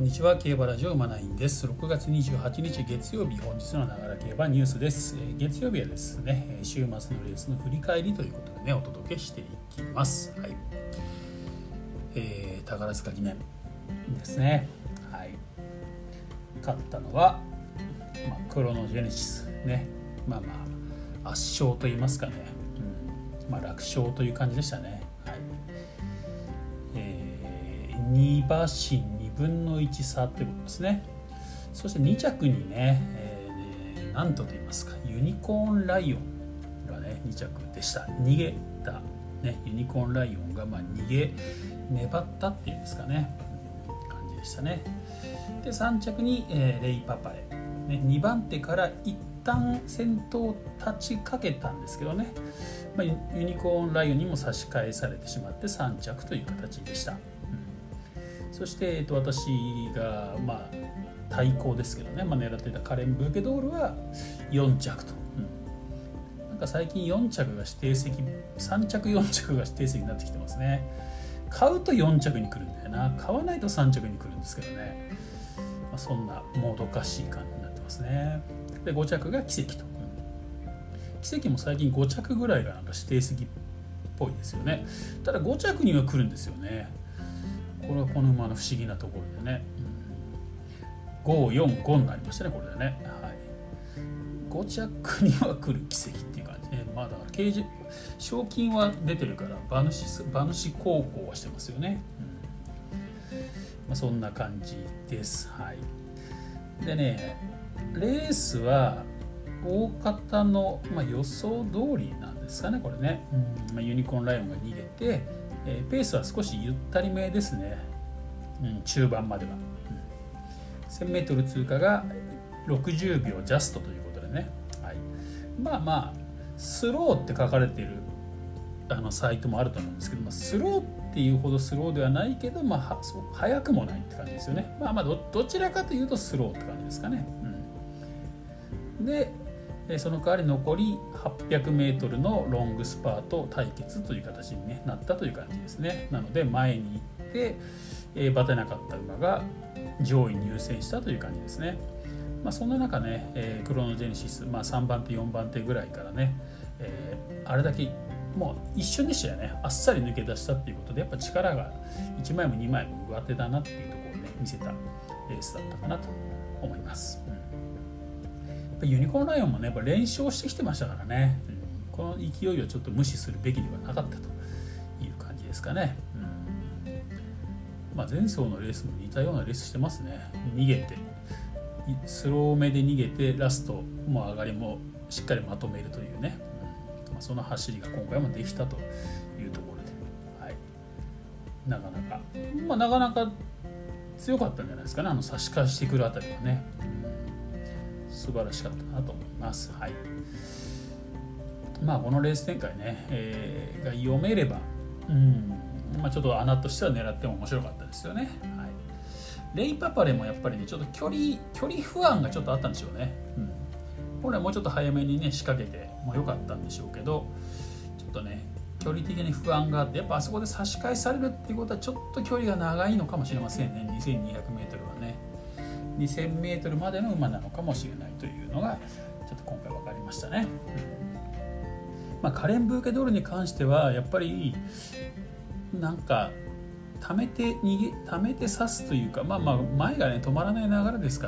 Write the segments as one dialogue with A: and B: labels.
A: にちは。競馬ラジオ馬ナインです。6月28日月曜日、本日のながら競馬ニュースです。月曜日はですね、週末のレースの振り返りということでね、お届けしていきます。はい。宝塚記念ですね。はい。勝ったのは、クロノジェネシスね。圧勝と言いますかね。楽勝という感じでしたね。はい。2馬身2分の1差ということですね。そして2着にね、なんと言いますか、ユニコーンライオンがね2着でした。逃げた、ね、ユニコーンライオンが粘ったっていうんですかね、感じでしたね。で3着に、レイパパレ、ね、2番手から一旦先頭立ちかけたんですけどね、ユニコーンライオンにも差し返されてしまって3着という形でした。そして、私が対抗ですけどね、狙っていたカレン・ブーケドールは4着と、なんか最近4着が指定席、3着4着が指定席になってきてますね。買うと4着に来るんだよな、買わないと3着に来るんですけどね、そんなもどかしい感じになってますね。で5着が奇跡と、奇跡も最近5着ぐらいがなんか指定席っぽいですよね。ただ5着には来るんですよね。これはこの馬の不思議なところでね、545になりましたね、これでね。はい、5着には来る奇跡っていう感じね。だから賞金は出てるから馬主航行はしてますよね。そんな感じです。はい。でね、レースは大方の、予想通りなんですかね、これね。ユニコーンライオンが逃げて、ペースは少しゆったりめですね。中盤までは。1000m 通過が60秒ジャストということでね。はい、スローって書かれているサイトもあると思うんですけど、スローっていうほどスローではないけど、速くもないって感じですよね。どちらかというとスローって感じですかね。でその代わり残り 800m のロングスパート対決という形に、なったという感じですね。なので前に行って、バテなかった馬が上位に優先したという感じですね。そんな中ね、クロノジェネシス、3番手4番手ぐらいからね、あれだけもう一瞬でしたよね。あっさり抜け出したっていうことで、やっぱ力が1枚も2枚も上手だなっていうところをね見せたレースだったかなと思います。ユニコーンライオンもねやっぱ連勝してきてましたからね、この勢いをちょっと無視するべきではなかったという感じですかね。前走のレースも似たようなレースしてますね。逃げてスロー目で逃げてラストも上がりもしっかりまとめるというね、その走りが今回もできたというところで、はい、なかなか強かったんじゃないですかね。差し返してくるあたりはね、素晴らしかったなと思います。はい。このレース展開ね、が読めれば、ちょっと穴としては狙っても面白かったですよね。はい、レイパパレもやっぱりねちょっと距離不安がちょっとあったんでしょうね。本来もうちょっと早めにね仕掛けてもよかったんでしょうけど、ちょっとね距離的に不安があって、やっぱあそこで差し返されるっていうことはちょっと距離が長いのかもしれませんね。2200m はね。2000m までの馬なのかもしれないというのがちょっと今回分かりましたね。カレン・ブーケドールに関してはやっぱりなんか溜めて刺すというか、前がね止まらない流れですから、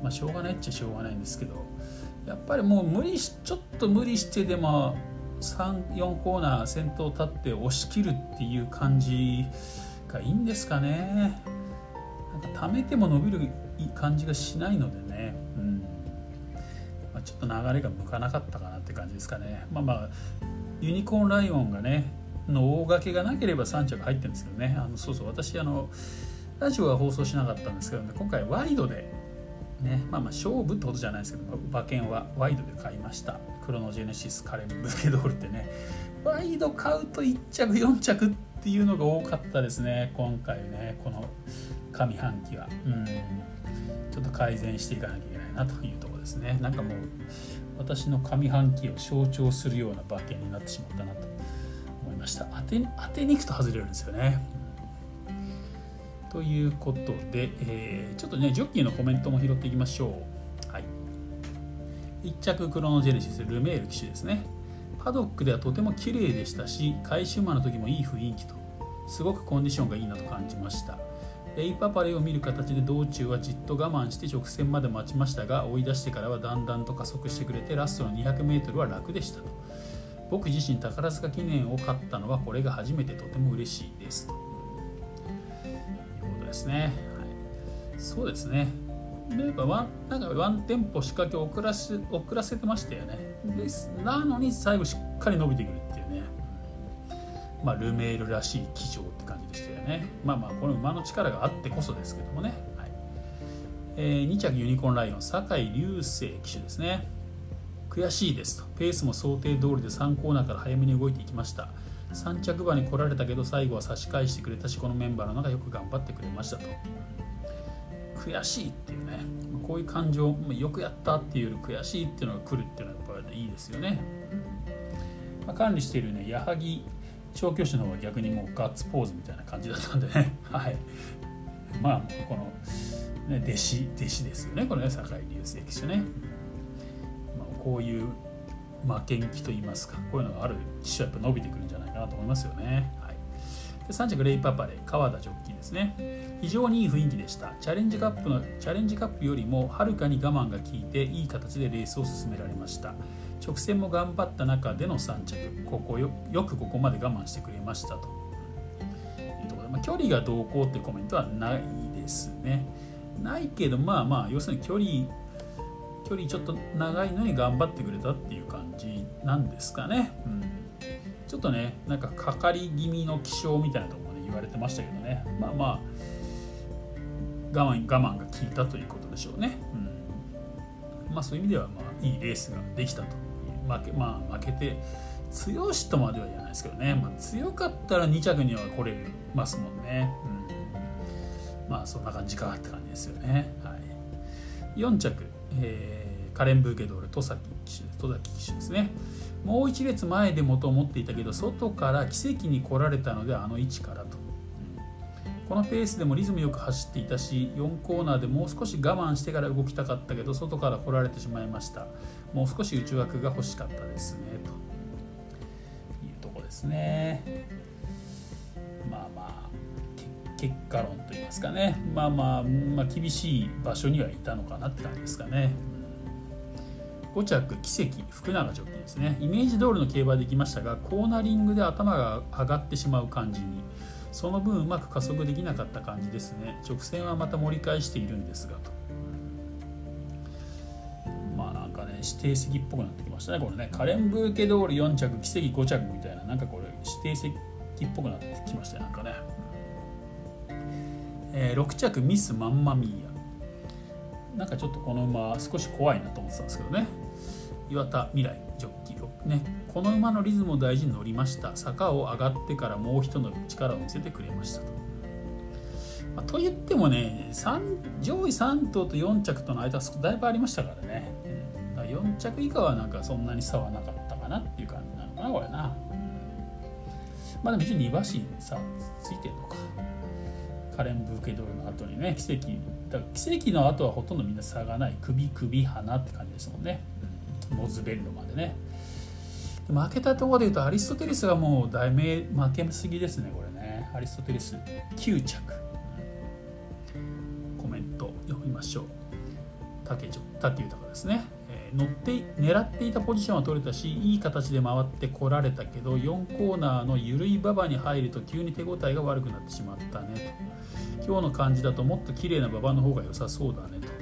A: しょうがないっちゃしょうがないんですけど、やっぱりもうちょっと無理してでも3-4コーナー先頭立って押し切るっていう感じがいいんですかね。なんか溜めても伸びる感じがしないのでね、ちょっと流れが向かなかったかなって感じですかね。ユニコーンライオンがねの大掛けがなければ3着入ってるんですけどね。私ラジオは放送しなかったんですけどね、今回ワイドでね、勝負ってことじゃないですけど、馬券はワイドで買いました。クロノジェネシス、カレン・ブーケドールってね、ワイド買うと1着4着っていうのが多かったですね、今回ね。この上半期はちょっと改善していかなきゃいけないなというところですね。なんかもう私の上半期を象徴するような馬券になってしまったなと思いました。当てに行くと外れるんですよね。 ということで、ちょっとねジョッキーのコメントも拾っていきましょう。はい、1着クロノジェネシスルメール騎手ですね。パドックではとても綺麗でしたし、返し馬の時もいい雰囲気と、すごくコンディションがいいなと感じました。レイパパレを見る形で道中はじっと我慢して直線まで待ちましたが、追い出してからはだんだんと加速してくれて、ラストの 200m は楽でしたと。僕自身宝塚記念を勝ったのはこれが初めて、とても嬉しいですということですね。はい、そうですね。やっぱなんかワンテンポ仕掛けを遅らせてましたよね。なのに最後しっかり伸びてくるっていうね、ルメールらしい騎乗って感じでしたよね。この馬の力があってこそですけどもね。はい、2着ユニコーンライオン酒井隆成騎手ですね。悔しいですと。ペースも想定通りで3コーナーから早めに動いていきました。3着馬に来られたけど最後は差し返してくれたし、このメンバーの中よく頑張ってくれましたと。悔しいっていうね、こういう感情、よくやったっていうより悔しいっていうのが来るっていうのはやっぱりいいですよね。管理しているね矢作調教師の方は逆にもうガッツポーズみたいな感じだったんでね、はい、この、ね、弟子ですよね、これね、酒井隆成騎手ね。こういう負けん気といいますか、こういうのがある騎手はやっぱ伸びてくるんじゃないかなと思いますよね。はい、で3着レイパパレ川田ジョッキーですね。非常にいい雰囲気でした。チャレンジカップよりもはるかに我慢が効いていい形でレースを進められました。直線も頑張った中での3着、よくここまで我慢してくれましたというところで、距離がどうこうっていうコメントはないですね。ないけど要するに距離ちょっと長いのに頑張ってくれたっていう感じなんですかね。ちょっとねなんかかかり気味の気象みたいなところまで言われてましたけどね、我慢が効いたということでしょうね。そういう意味ではいいレースができたと。負けて強しとまでは言わないですけどね、強かったら2着には来れますもんね。そんな感じかって感じですよね。はい、4着、カレン・ブーケドール戸崎騎手ですね。もう一列前でもと思っていたけど、外から奇跡に来られたのであの位置からと。このペースでもリズムよく走っていたし、4コーナーでもう少し我慢してから動きたかったけど外から来られてしまいました。もう少し内枠が欲しかったですねというところですね。結果論といいますかね、厳しい場所にはいたのかなって感じですかね。5着奇跡福永ジョッキーですね。イメージ通りの競馬できましたが、コーナリングで頭が上がってしまう感じに、その分うまく加速できなかった感じですね。直線はまた盛り返しているんですがと。なんかね指定席っぽくなってきましたね。これねカレン・ブーケ通り4着奇跡5着みたいな、なんかこれ指定席っぽくなってきましたね。なんかね、6着ミスマンマミーヤ、なんかちょっとこの馬少し怖いなと思ってたんですけどね。岩田未来ジョッキーね、この馬のリズムを大事に乗りました。坂を上がってからもう一伸び力を見せてくれましたと。と言ってもね上位3頭と4着との間はだいぶありましたからね。4着以下はなんかそんなに差はなかったかなっていう感じなのかなこれな。でも一応2馬身差ついてるのか。カレン・ブーケドールの後にね奇跡の後はほとんどみんな差がない。首鼻って感じですもんね。モズベッロまでね。負けたところでいうとアリストテレスがもう負けすぎですねこれね。アリストテレス9着、コメント読みましょう。武豊ですね。狙っていたポジションは取れたし、いい形で回ってこられたけど4コーナーの緩い馬場に入ると急に手応えが悪くなってしまったねと。今日の感じだともっと綺麗な馬場の方が良さそうだねと。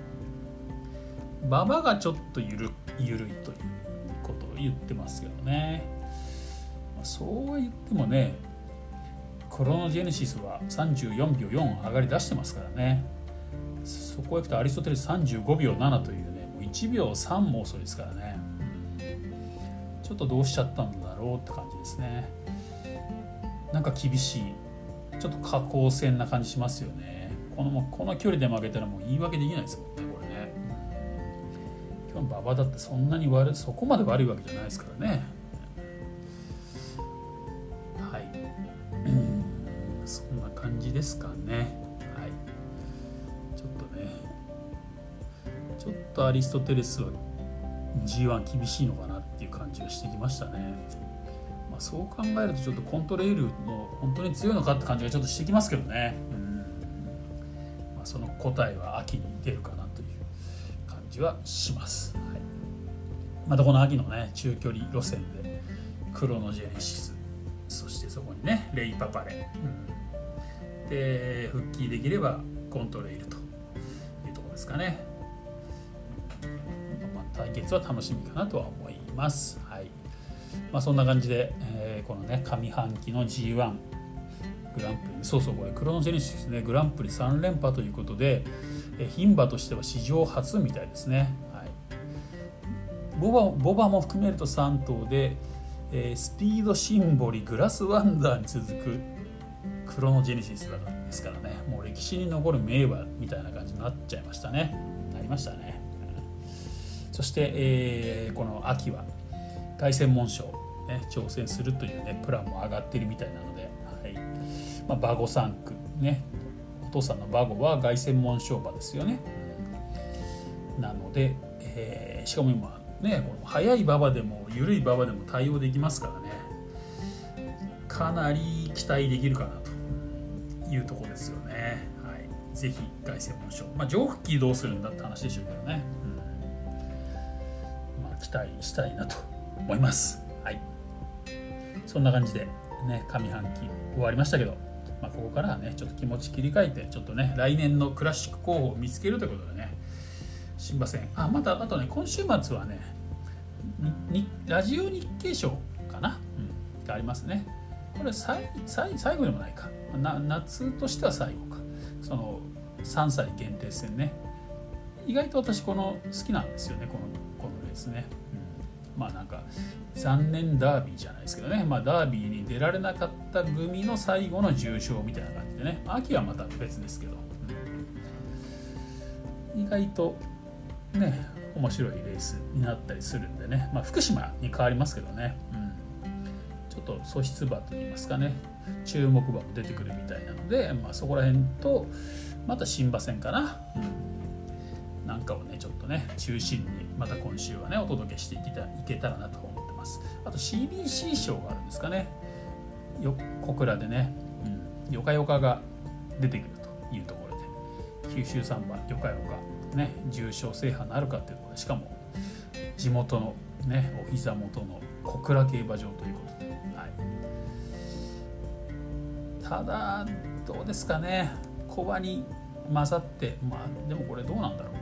A: 馬場がちょっと緩いということを言ってますけどね。そうは言ってもねクロノジェネシスは34秒4上がり出してますからね。そこへ行くとアリストテレス35秒7というね、もう1秒3も遅いですからね。ちょっとどうしちゃったんだろうって感じですね。なんか厳しい、ちょっと下降線な感じしますよね。この距離で負けたらもう言い訳できないですもんねこれね。今日の馬場だってそんなにそこまで悪いわけじゃないですからね。はい、そんな感じですかね。 とアリストテレスは G1 厳しいのかなっていう感じがしてきましたね。そう考えるとちょっとコントレイルの本当に強いのかって感じがちょっとしてきますけどね。その答えは秋に出るかなという感じはします。またこの秋のね中距離路線でクロノジェネシス、そしてそこにねレイパパレ、で復帰できればコントレイルというところですかね。対決は楽しみかなとは思います。そんな感じで、このね上半期の G1 グランプリ、これクロノジェネシスね、グランプリ3連覇ということで、牝馬としては史上初みたいですね。ボバも含めると3頭で、スピードシンボリ、グラスワンダーに続くクロノジェネシスですからね、もう歴史に残る名馬みたいな感じになっちゃいましたね。なりましたね。そして、この秋は凱旋門賞、挑戦するという、プランも上がっているみたいなので、馬子3区ね、お父さんの馬子は凱旋門賞馬ですよね。なので、しかも今ね、この速い馬場でも緩い馬場でも対応できますからね、かなり期待できるかなというところですよね。ぜひ凱旋門賞、上復帰どうするんだって話でしょうけどね、期待したいなと思います。そんな感じでね、上半期終わりましたけど、ここからはねちょっと気持ち切り替えて、ちょっとね来年のクラシック候補を見つけるということでね、新馬戦あとね、今週末はねラジオ日経賞かな、がありますね。これ最後でもないか、夏としては最後か。その3歳限定戦ね、意外と私この好きなんですよね、このレースね。なんか残念ダービーじゃないですけどね、ダービーに出られなかった組の最後の重賞みたいな感じでね、秋はまた別ですけど、意外とね面白いレースになったりするんでね、福島に変わりますけどね、ちょっと素質馬といいますかね、注目馬も出てくるみたいなので、そこら辺とまた新馬戦かな、なんかをねちょっとね中心にまた今週はねお届けしていけたらなと思ってます。あと CBC 賞があるんですかね、小倉でね、よかよかが出てくるというところで、九州産馬よかよかね重賞制覇なるかっていうところで、しかも地元のねお膝元の小倉競馬場ということで、ただどうですかね、小馬に混ざって、でもこれどうなんだろう、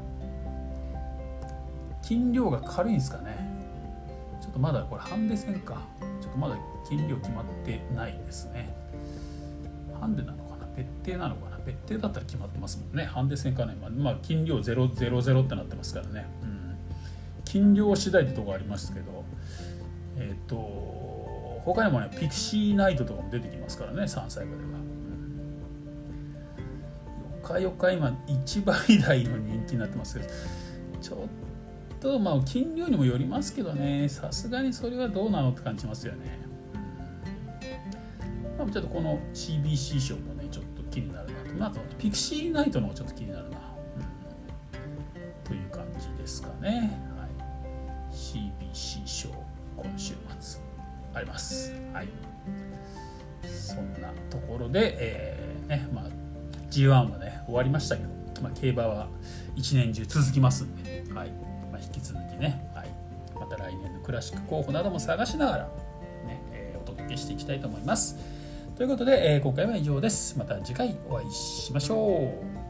A: 斤量が軽いんですかね。ちょっとまだこれハンデ戦か、ちょっとまだ斤量決まってないですね。ハンデなのかな、別定なのかな、別定だったら決まってますもんね。ハンデ戦かね、斤量000ってなってますからね、斤量次第ってとこありますけど、他にもねピクシーナイトとかも出てきますからね、3歳馬では。よかよか今1倍台の人気になってますけど、ちょっと斤量にもよりますけどね、さすがにそれはどうなのって感じしますよね。ちょっとこの CBC 賞もねちょっと気になるなと、ピクシーナイトの方がちょっと気になるな、という感じですかね。CBC 賞今週末あります。そんなところで、G1 はね終わりましたけど、競馬は一年中続きますんで、引き続きね、また来年のクラシック候補なども探しながら、お届けしていきたいと思います。ということで、今回は以上です。また次回お会いしましょう。